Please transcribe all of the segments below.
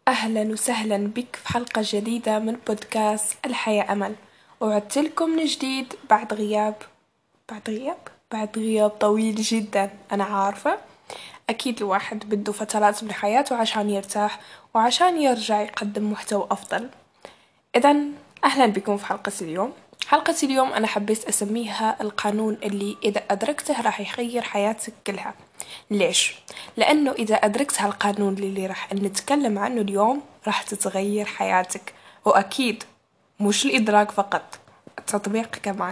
أهلا وسهلا بك في حلقة جديدة من بودكاست الحياة أمل. وعدت لكم من جديد بعد غياب طويل جدا. أنا عارفة أكيد الواحد بده فترات من حياته عشان يرتاح وعشان يرجع يقدم محتوى أفضل. إذن أهلا بكم في حلقة اليوم. حلقة اليوم أنا حبيت أسميها القانون اللي إذا أدركته راح يغير حياتك كلها. ليش؟ لأنه إذا أدركت هالقانون اللي راح نتكلم عنه اليوم راح تتغير حياتك، وأكيد مش الإدراك فقط، التطبيق كمان.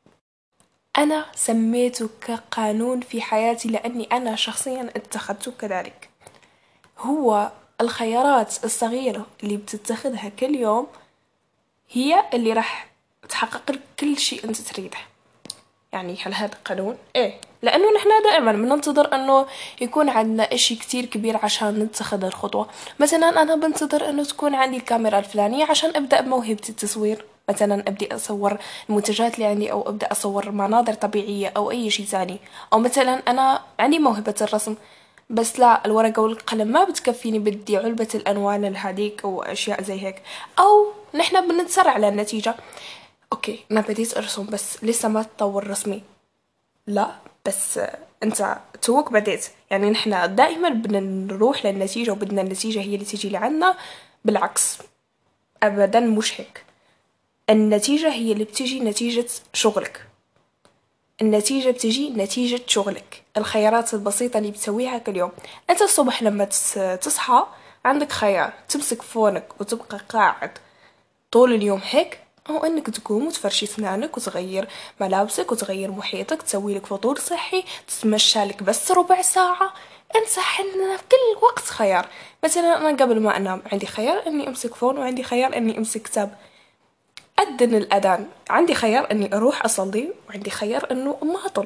أنا سميته كقانون في حياتي لأني أنا شخصيا اتخذته كذلك. هو الخيارات الصغيرة اللي بتتخذها كل يوم هي اللي راح تحقق لك كل شيء أنت تريده. يعني هل هذا قانون؟ إيه، لأنه نحنا دائما بننتظر أنه يكون عندنا إشي كتير كبير عشان نتخذ الخطوة. مثلا أنا بنتظر أنه تكون عندي الكاميرا الفلانية عشان أبدأ بموهبة التصوير، مثلا أبدأ أصور المنتجات اللي عندي أو أبدأ أصور مناظر طبيعية أو أي شيء ثاني. أو مثلا أنا عندي موهبة الرسم بس لا، الورقة والقلم ما بتكفيني، بدي علبة الألوان الهاديك أو أشياء زي هيك. أو نحنا بنتسرع للنتيجة. اوكي انا بديت ارسم بس لسه ما تطور رسمي، لا بس انت توك بديت. يعني نحنا دائما بدنا نروح للنتيجة وبدنا النتيجة هي اللي تيجي لعنا. بالعكس، ابدا مش هيك. النتيجة هي اللي بتيجي نتيجة شغلك. النتيجة بتجي نتيجة شغلك، الخيارات البسيطة اللي بتسويها كل يوم. انت الصبح لما تصحى عندك خيار تمسك فونك وتبقى قاعد طول اليوم هيك، أو إنك تقوم وتفرشي أسنانك وتغير ملابسك وتغير محيطك، تسوي لك فطور صحي، تتمشى لك بس ربع ساعة. انصح إننا في كل وقت خيار. مثلا أنا قبل ما أنام عندي خيار إني أمسك فون، وعندي خيار إني أمسك كتاب. أذن الأذان عندي خيار إني أروح أصلي، وعندي خيار إنه ما أطل.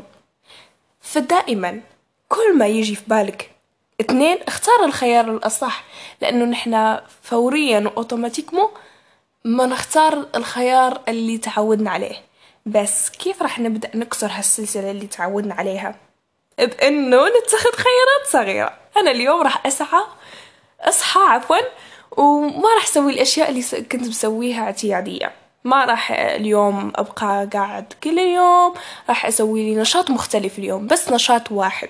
فدائما كل ما يجي في بالك اثنين اختار الخيار الأصح، لأنه نحنا فوريا وأوتوماتيكمو ما نختار الخيار اللي تعودنا عليه. بس كيف راح نبدأ نكسر هالسلسلة اللي تعودنا عليها؟ بأنه نتخذ خيارات صغيرة. أنا اليوم راح أصحى وما راح أسوي الأشياء اللي كنت بسويها اعتيادية. ما راح اليوم أبقى قاعد كل اليوم، راح أسوي لي نشاط مختلف اليوم، بس نشاط واحد.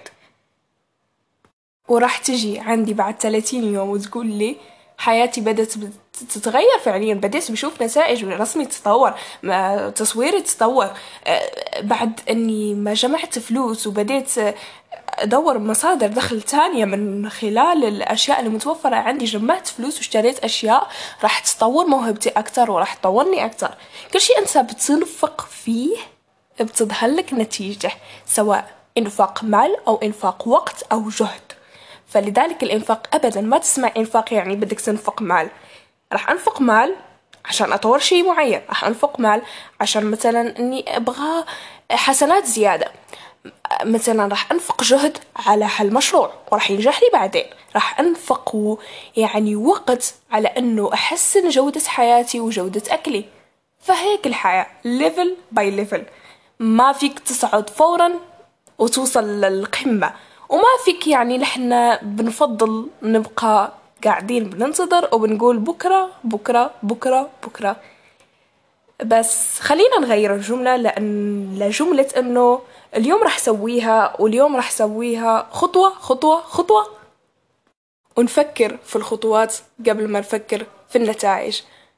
وراح تجي عندي بعد 30 يوم وتقول لي حياتي بدأت تتغير فعليا، بديت بشوف نتائج، رسمي تطور، تصويري تطور. بعد اني ما جمعت فلوس وبديت ادور مصادر دخل تانية من خلال الاشياء اللي متوفرة عندي، جمعت فلوس واشتريت اشياء راح تطور موهبتي اكتر وراح تطورني اكتر. كل شيء انت بتنفق فيه بتظهر لك نتيجة، سواء انفاق مال او انفاق وقت او جهد. فلذلك الإنفاق أبدا ما تسمع إنفاق يعني بدك تنفق مال. راح أنفق مال عشان أطور شيء معين، راح أنفق مال عشان مثلا إني أبغى حسنات زيادة. مثلا راح أنفق جهد على هالمشروع وراح ينجح لي بعدين. راح أنفق يعني وقت على إنه أحسن جودة حياتي وجودة أكلي. فهيك الحياة ليفل باي ليفل، ما فيك تصعد فورا وتوصل للقمة، وما فيك يعني نحنا بنفضل نبقى قاعدين بننتظر وبنقول بكرة بكرة بكرة بكرة. بس خلينا نغير الجملة لجملة إنه اليوم رح سويها، واليوم رح سويها خطوة خطوة خطوة، ونفكر في الخطوات قبل ما نفكر في النتائج.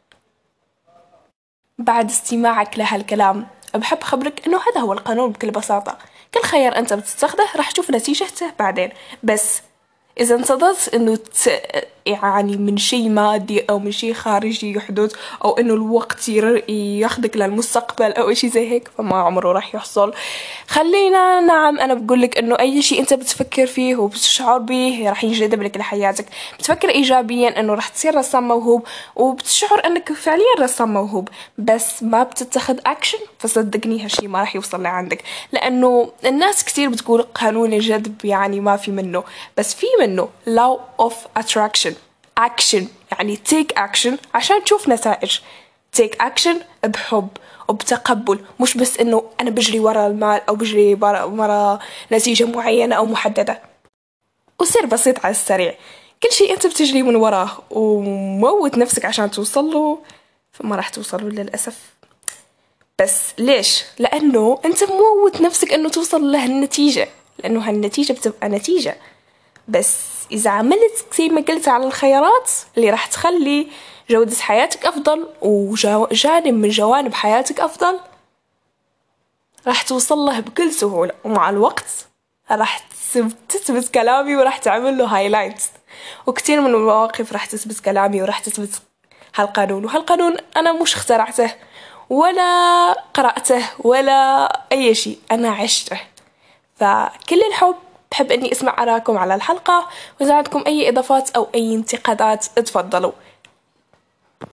بعد استماعك لهالكلام بحب خبرك إنه هذا هو القانون بكل بساطة. كل خيار أنت بتتخذه راح تشوف نتيجته بعدين. بس إذا انتظرت إنه يعني من شيء مادي أو من شيء خارجي يحدث، أو إنه الوقت ياخدك للمستقبل أو إشي زي هيك، فما عمره راح يحصل. خلينا نعم أنا بقولك إنه أي شيء أنت بتفكر فيه وبتشعر به راح ينجذب لك لحياتك. بتفكر إيجابيا إنه راح تصير رسام موهوب وبتشعر إنك فعليا رسام موهوب، بس ما بتتخذ أكشن، فصدقني هالشي ما راح يوصل لعندك. لأنه الناس كتير بتقول قانون الجذب يعني ما في منه، بس في منه law of attraction. action يعني take action عشان تشوف نتائج. take action بحب وبتقبل، مش بس إنه أنا بجري ورا المال أو بجري ورا نتيجة معينة أو محددة. وصير بسيط على السريع، كل شيء أنت بتجري من وراه وموت نفسك عشان توصل له، فما راح توصل له للأسف. بس ليش؟ لأنه أنت موت نفسك أنه توصل لهالنتيجة، لأنه هالنتيجة بتبقى نتيجة. بس إذا عملت زي ما قلت على الخيارات اللي راح تخلي جودة حياتك أفضل وجانب من جوانب حياتك أفضل، راح توصل له بكل سهولة. ومع الوقت راح تثبت كلامي وراح تعمل له هايلايت، وكتير من المواقف راح تثبت كلامي وراح تثبت هالقانون. وهالقانون أنا مش اخترعته ولا قرأته ولا أي شيء، أنا عشته. فكل الحب، بحب أني أسمع آراءكم على الحلقة، وإذا عندكم أي إضافات أو أي انتقادات اتفضلوا.